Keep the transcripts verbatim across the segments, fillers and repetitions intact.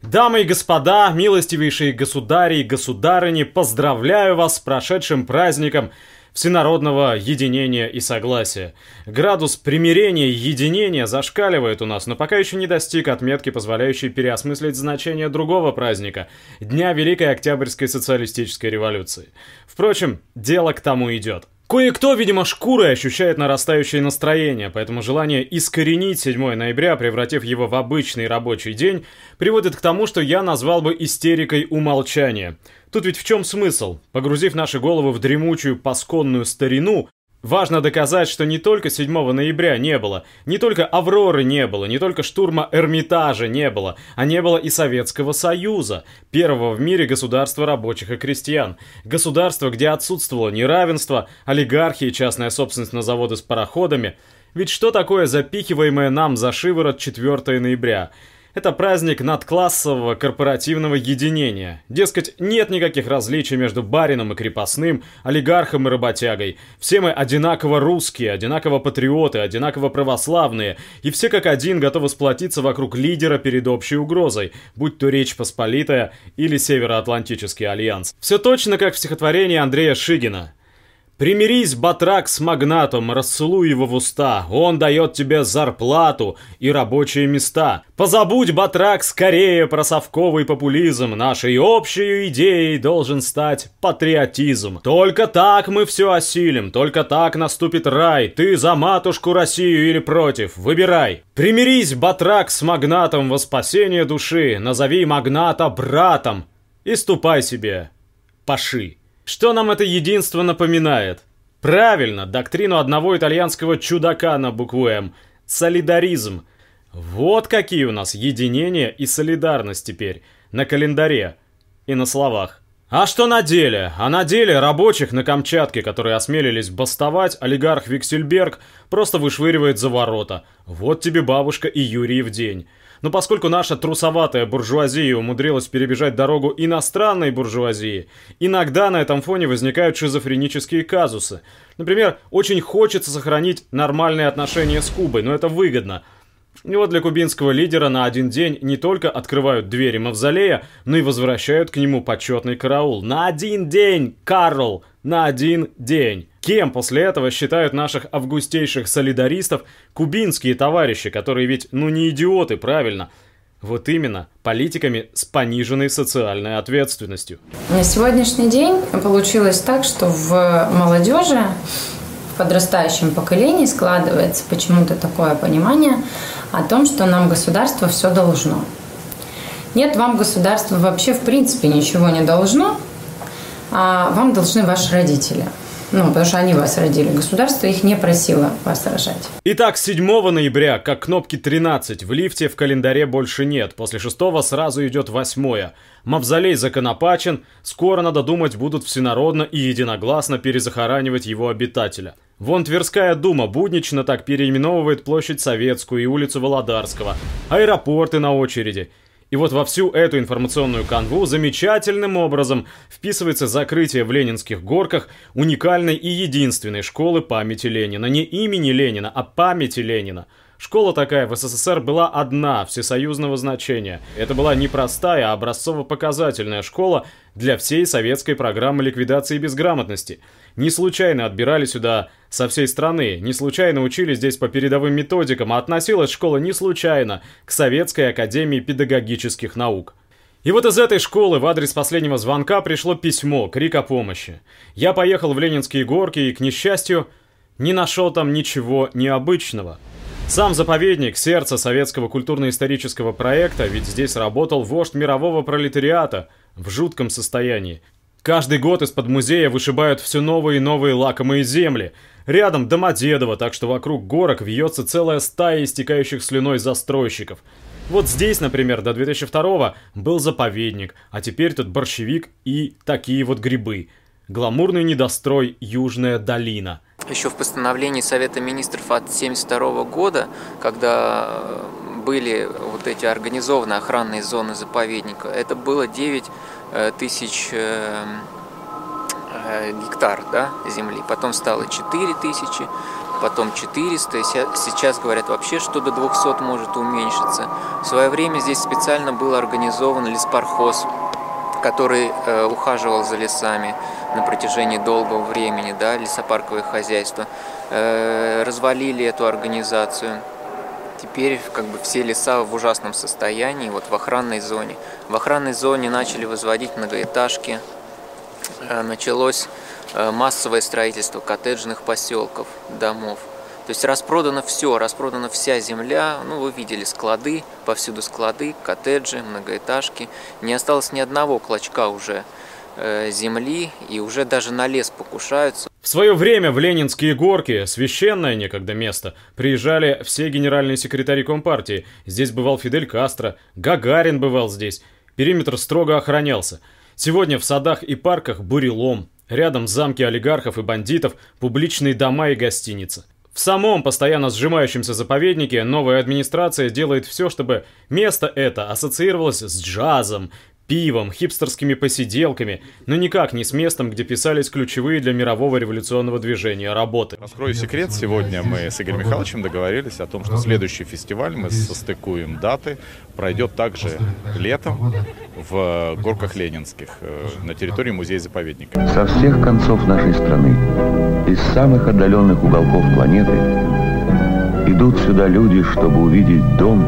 Дамы и господа, милостивейшие государи и государыни, поздравляю вас с прошедшим праздником всенародного единения и согласия. Градус примирения и единения зашкаливает у нас, но пока еще не достиг отметки, позволяющей переосмыслить значение другого праздника – Дня Великой Октябрьской социалистической революции. Впрочем, дело к тому идет. Кое-кто, видимо, шкурой ощущает нарастающее настроение, поэтому желание искоренить седьмое ноября, превратив его в обычный рабочий день, приводит к тому, что я назвал бы истерикой умолчания. Тут ведь в чем смысл? Погрузив наши головы в дремучую пасконную старину, важно доказать, что не только седьмого ноября не было, не только Авроры не было, не только штурма Эрмитажа не было, а не было и Советского Союза, первого в мире государства рабочих и крестьян. Государство, где отсутствовало неравенство, олигархия и частная собственность на заводы с пароходами. Ведь что такое запихиваемое нам за шиворот четвёртого ноября? Это праздник надклассового корпоративного единения. Дескать, нет никаких различий между барином и крепостным, олигархом и работягой. Все мы одинаково русские, одинаково патриоты, одинаково православные, и все как один готовы сплотиться вокруг лидера перед общей угрозой, будь то Речь Посполитая или Североатлантический альянс. Все точно как в стихотворении Андрея Шигина. «Примирись, батрак, с магнатом, расцелуй его в уста, он дает тебе зарплату и рабочие места. Позабудь, батрак, скорее про совковый популизм, нашей общей идеей должен стать патриотизм. Только так мы все осилим, только так наступит рай, ты за матушку Россию или против, выбирай. Примирись, батрак, с магнатом во спасение души, назови магната братом и ступай себе, паши». Что нам это единство напоминает? Правильно, доктрину одного итальянского чудака на букву «М» – солидаризм. Вот какие у нас единение и солидарность теперь на календаре и на словах. А что на деле? А на деле рабочих на Камчатке, которые осмелились бастовать, олигарх Виксельберг просто вышвыривает за ворота. Вот тебе бабушка и Юрьев день. Но поскольку наша трусоватая буржуазия умудрилась перебежать дорогу иностранной буржуазии, иногда на этом фоне возникают шизофренические казусы. Например, очень хочется сохранить нормальные отношения с Кубой, но это выгодно. И вот для кубинского лидера на один день не только открывают двери мавзолея, но и возвращают к нему почетный караул. На один день, Карл! На один день! Кем после этого считают наших августейших солидаристов кубинские товарищи, которые ведь, ну не идиоты, правильно? Вот именно, политиками с пониженной социальной ответственностью. На сегодняшний день получилось так, что в молодежи, в подрастающем поколении складывается почему-то такое понимание о том, что нам государство все должно. Нет, вам государство вообще в принципе ничего не должно, а вам должны ваши родители. Ну, потому что они вас родили. Государство их не просило вас рожать. Итак, седьмого ноября, как кнопки тринадцать, в лифте в календаре больше нет. После шестого сразу идет восьмое. Мавзолей законопачен, скоро, надо думать, будут всенародно и единогласно перезахоранивать его обитателя. Вон Тверская дума буднично так переименовывает площадь Советскую и улицу Володарского. Аэропорты на очереди. И вот во всю эту информационную канву замечательным образом вписывается закрытие в Ленинских горках уникальной и единственной школы памяти Ленина. Не имени Ленина, а памяти Ленина. Школа такая в СССР была одна, всесоюзного значения. Это была не простая, а образцово-показательная школа для всей советской программы ликвидации безграмотности. Не случайно отбирали сюда со всей страны, не случайно учили здесь по передовым методикам, а относилась школа не случайно к Советской академии педагогических наук. И вот из этой школы в адрес последнего звонка пришло письмо, крик о помощи. Я поехал в Ленинские горки и, к несчастью, не нашел там ничего необычного. Сам заповедник, сердце советского культурно-исторического проекта, ведь здесь работал вождь мирового пролетариата в жутком состоянии. Каждый год из-под музея вышибают все новые и новые лакомые земли. Рядом Домодедово, так что вокруг горок вьется целая стая истекающих слюной застройщиков. Вот здесь, например, до две тысячи второго был заповедник, а теперь тут борщевик и такие вот грибы. Гламурный недострой «Южная долина». Еще в постановлении Совета Министров от семьдесят второго года, когда были вот эти организованные охранные зоны заповедника, это было девять тысяч гектар, да, земли, потом стало четыре тысячи, потом четыреста, сейчас говорят вообще, что до двухсот может уменьшиться. В свое время здесь специально был организован леспархоз, который э, ухаживал за лесами на протяжении долгого времени, да, лесопарковое хозяйство. Э, развалили эту организацию. Теперь как бы все леса в ужасном состоянии, вот в охранной зоне. В охранной зоне начали возводить многоэтажки, э, началось э, массовое строительство коттеджных поселков, домов. То есть распродано все, распродана вся земля, ну вы видели склады, повсюду склады, коттеджи, многоэтажки. Не осталось ни одного клочка уже э, земли, и уже даже на лес покушаются. В свое время в Ленинские горки, священное некогда место, приезжали все генеральные секретари Компартии. Здесь бывал Фидель Кастро, Гагарин бывал здесь. Периметр строго охранялся. Сегодня в садах и парках бурелом. Рядом замки олигархов и бандитов, публичные дома и гостиницы. В самом постоянно сжимающемся заповеднике новая администрация делает все, чтобы место это ассоциировалось с джазом, пивом, хипстерскими посиделками, но никак не с местом, где писались ключевые для мирового революционного движения работы. Раскрою секрет, сегодня мы с Игорем Михайловичем договорились о том, что следующий фестиваль, мы состыкуем даты, пройдет также летом в Горках Ленинских, на территории музея-заповедника. Со всех концов нашей страны, из самых отдаленных уголков планеты, идут сюда люди, чтобы увидеть дом,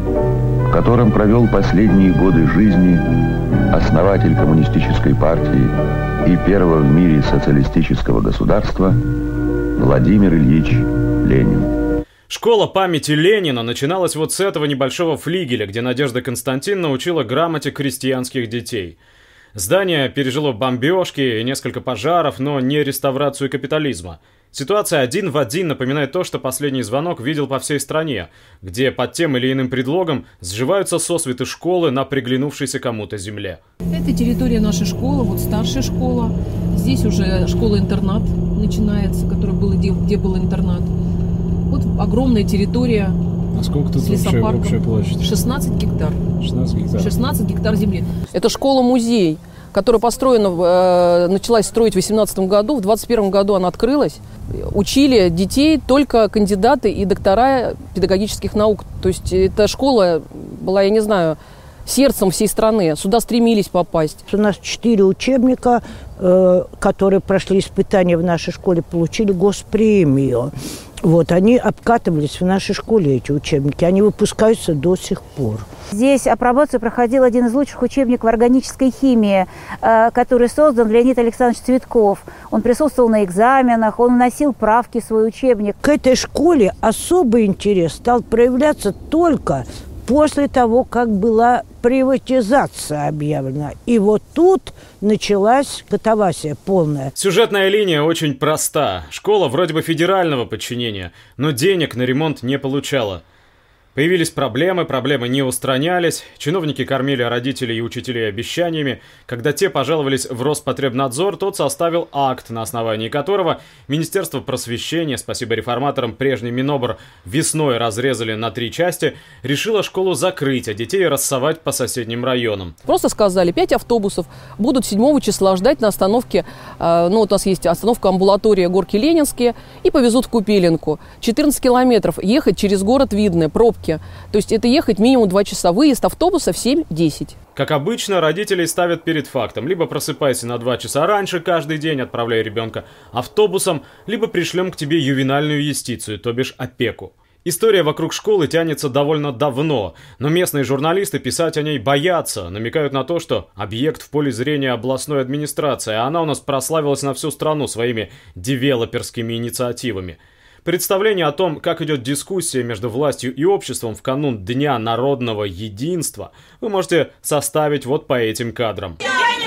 в котором провел последние годы жизни основатель коммунистической партии и первого в мире социалистического государства Владимир Ильич Ленин. Школа памяти Ленина начиналась вот с этого небольшого флигеля, где Надежда Константиновна учила грамоте крестьянских детей. Здание пережило бомбежки и несколько пожаров, но не реставрацию капитализма. Ситуация один в один напоминает то, что последний звонок видел по всей стране, где под тем или иным предлогом сживаются сосветы школы на приглянувшейся кому-то земле. Это территория нашей школы, вот старшая школа. Здесь уже школа-интернат начинается, которая была, где, где был интернат. Вот огромная территория. А сколько тут вообще общая площадь? шестнадцать гектар. шестнадцать гектар. шестнадцать гектар земли. Это школа-музей, которая построена, э, началась строить в восемнадцатом году, в двадцать первом году она открылась. Учили детей только кандидаты и доктора педагогических наук. То есть эта школа была, я не знаю, сердцем всей страны. Сюда стремились попасть. У нас четыре учебника, э, которые прошли испытания в нашей школе, получили госпремию. Вот, они обкатывались в нашей школе, эти учебники. Они выпускаются до сих пор. Здесь апробацию проходил один из лучших учебников органической химии, который создан Леонид Александрович Цветков. Он присутствовал на экзаменах, он вносил правки в свой учебник. К этой школе особый интерес стал проявляться только после того, как была приватизация объявлена. И вот тут началась катавасия полная. Сюжетная линия очень проста. Школа вроде бы федерального подчинения, но денег на ремонт не получала. Появились проблемы, проблемы не устранялись, чиновники кормили родителей и учителей обещаниями. Когда те пожаловались в Роспотребнадзор, тот составил акт, на основании которого Министерство просвещения, спасибо реформаторам, прежний Минобр весной разрезали на три части, решило школу закрыть, а детей рассовать по соседним районам. Просто сказали, пять автобусов будут седьмого числа ждать на остановке, э, ну вот у нас есть остановка амбулатория Горки Ленинские, и повезут в Купелинку. четырнадцать километров, ехать через город Видное, пробки. То есть это ехать минимум два часа. Выезд автобуса в семь десять. Как обычно, родителей ставят перед фактом. Либо просыпайся на два часа раньше каждый день, отправляя ребенка автобусом, либо пришлем к тебе ювенальную юстицию, то бишь опеку. История вокруг школы тянется довольно давно, но местные журналисты писать о ней боятся, намекают на то, что объект в поле зрения областной администрации, а она у нас прославилась на всю страну своими девелоперскими инициативами. Представление о том, как идет дискуссия между властью и обществом в канун Дня народного единства, вы можете составить вот по этим кадрам. Я не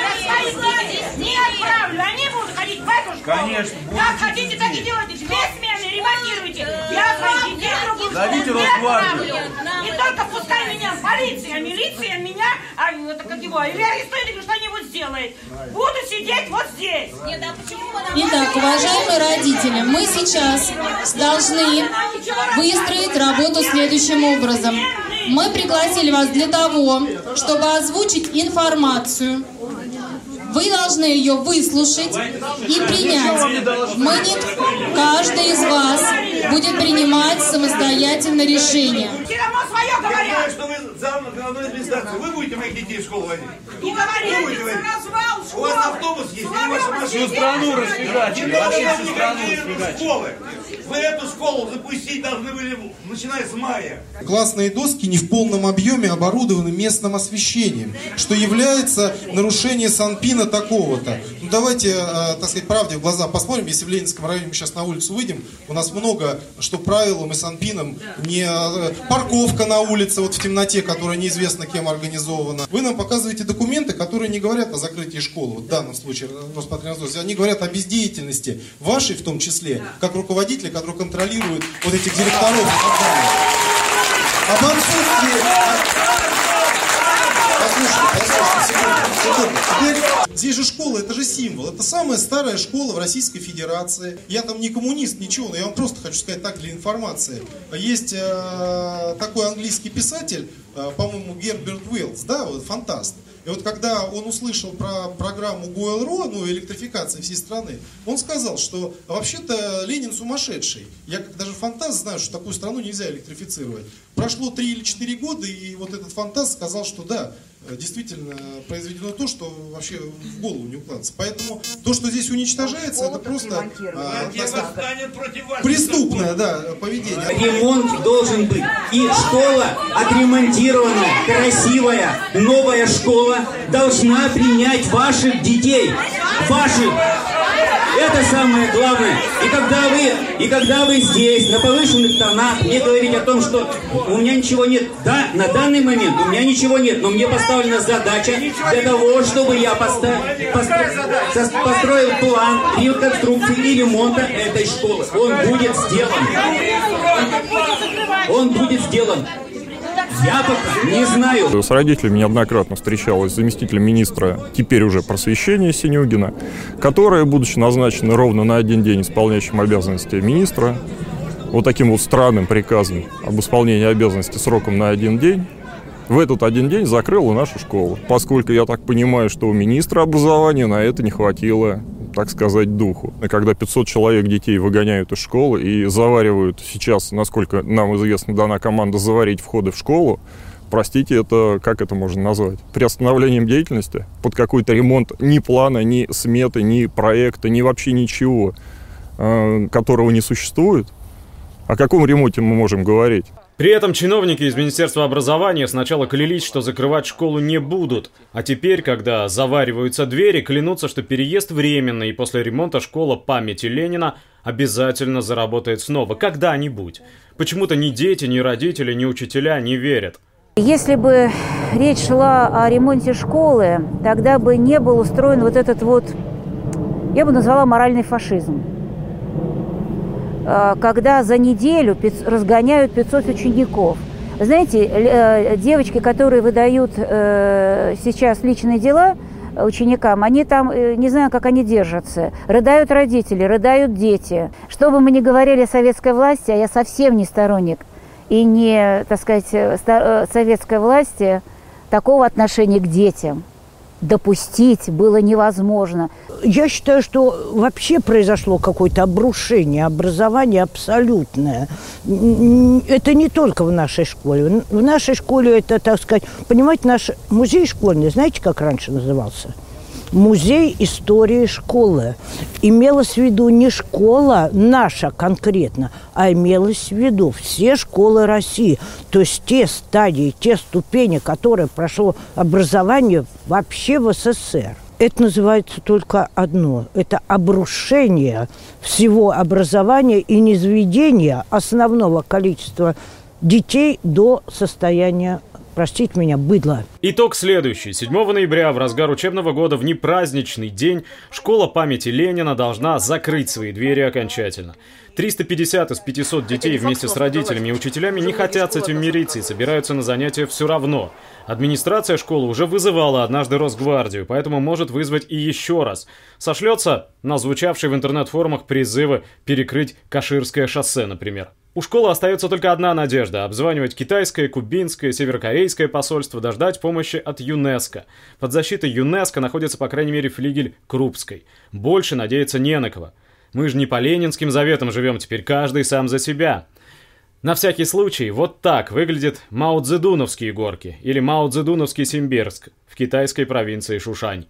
буду, не отправлю, они будут ходить в эту школу. Конечно, как хотите, так и делайте. Две смены ремонтируйте. Я своих детей других зовите не отправлю. И только пускай меня полиция, милиция меня, а, это как его, или арестует, или что-нибудь сделает. Буду сидеть вот здесь. Итак, уважаемые родители, мы сейчас должны выстроить работу следующим образом. Мы пригласили вас для того, чтобы озвучить информацию Вы должны ее выслушать и принять. Мы не... Каждый из вас будет принимать самостоятельно решение. Я знаю, что вы за мной администрацию. Вы будете моих детей в школу водить? Не говорите, вы развал школы. У вас автобус есть, или ваша машина? Всю страну расфигачили, вообще всю страну расфигачили. Вы эту школу запустить должны были, начиная с мая. Классные доски не в полном объеме оборудованы местным освещением, что является нарушением санпина такого-то. Ну, давайте, э, так сказать, правде в глаза посмотрим. Если в Ленинском районе мы сейчас на улицу выйдем, у нас много, что правилам и санпинам не э, парковка на улице, вот в темноте, которая неизвестно кем организована. Вы нам показываете документы, которые не говорят о закрытии школы, вот в данном случае Роспотребнадзор, они говорят о бездеятельности вашей в том числе, как руководителя, который контролирует вот этих директоров и так далее. Об отсутствии... Послушайте, послушайте, секунду, секунду. Теперь, здесь же школа, это же символ. Это самая старая школа в Российской Федерации. Я там не коммунист, ничего, но я вам просто хочу сказать так для информации. Есть э, такой английский писатель, э, по-моему, Герберт Уэллс, да, вот, фантаст. И вот когда он услышал про программу Гойл-Ро, ну, электрификации всей страны, он сказал, что вообще-то Ленин сумасшедший. Я как даже фантаст знаю, что такую страну нельзя электрифицировать. Прошло три или четыре года, и вот этот фантаст сказал, что да, действительно произведено то, что вообще в голову не укладывается. Поэтому то, что здесь уничтожается, это просто а, сказать, преступное, да, поведение. Ремонт должен быть. И школа отремонтированная, красивая, новая школа должна принять ваших детей. Ваших. Это самое главное. И когда вы, и когда вы здесь, на повышенных тонах, мне говорите о том, что у меня ничего нет. Да, на данный момент у меня ничего нет, но мне поставлена задача для того, чтобы я постав... постро... построил план реконструкции и ремонта этой школы. Он будет сделан. Он будет сделан. Я пока не знаю. С родителями неоднократно встречалась заместитель министра, теперь уже просвещения Синюгина, которая, будучи назначена ровно на один день исполняющим обязанности министра, вот таким вот странным приказом об исполнении обязанностей сроком на один день, в этот один день закрыла нашу школу. Поскольку я так понимаю, что у министра образования на это не хватило, так сказать, духу. И когда пятьсот человек детей выгоняют из школы и заваривают сейчас, насколько нам известно, дана команда заварить входы в школу, простите, это как это можно назвать? Приостановлением деятельности? Под какой-то ремонт ни плана, ни сметы, ни проекта, ни вообще ничего, которого не существует? О каком ремонте мы можем говорить? При этом чиновники из Министерства образования сначала клялись, что закрывать школу не будут. А теперь, когда завариваются двери, клянутся, что переезд временный, и после ремонта школа памяти Ленина обязательно заработает снова, когда-нибудь. Почему-то ни дети, ни родители, ни учителя не верят. Если бы речь шла о ремонте школы, тогда бы не был устроен вот этот вот, я бы назвала, моральный фашизм. Когда за неделю разгоняют пятьсот учеников. Знаете, девочки, которые выдают сейчас личные дела ученикам, они там, не знаю, как они держатся. Рыдают родители, рыдают дети. Что бы мы ни говорили о советской власти, а я совсем не сторонник, и не, так сказать, советской власти, такого отношения к детям допустить было невозможно. Я считаю, что вообще произошло какое-то обрушение образования абсолютное. Это не только в нашей школе. В нашей школе это, так сказать, понимаете, наш музей школьный, знаете, как раньше назывался? Музей истории школы. Имелось в виду не школа наша конкретно, а имелось в виду все школы России. То есть те стадии, те ступени, которые прошло образование вообще в СССР. Это называется только одно. Это обрушение всего образования и низведение основного количества детей до состояния, простите меня, быдла. Итог следующий. седьмого ноября в разгар учебного года в непраздничный день школа памяти Ленина должна закрыть свои двери окончательно. триста пятьдесят из пятисот детей вместе с родителями и учителями не хотят с этим мириться и собираются на занятия все равно. Администрация школы уже вызывала однажды Росгвардию, поэтому может вызвать и еще раз. Сошлется на звучавшие в интернет-форумах призывы перекрыть Каширское шоссе, например. У школы остается только одна надежда – обзванивать китайское, кубинское, северокорейское посольство, дождать помощи от ЮНЕСКО. Под защитой ЮНЕСКО находится, по крайней мере, флигель Крупской. Больше надеяться не на кого. Мы же не по Ленинским заветам живем, теперь каждый сам за себя. На всякий случай, вот так выглядят Мао-Цзэдуновские горки или Мао-Цзэдуновский Симбирск в китайской провинции Шушань.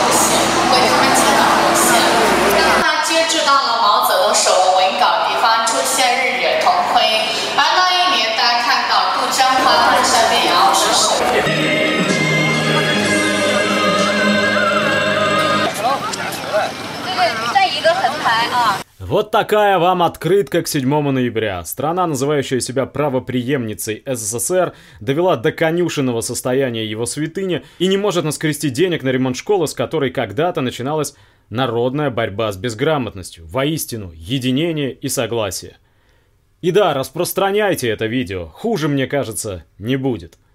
Вот такая вам открытка к седьмому ноября. Страна, называющая себя правопреемницей СССР, довела до конюшенного состояния его святыни и не может наскрести денег на ремонт школы, с которой когда-то начиналась народная борьба с безграмотностью. Воистину, единение и согласие. И да, распространяйте это видео. Хуже, мне кажется, не будет.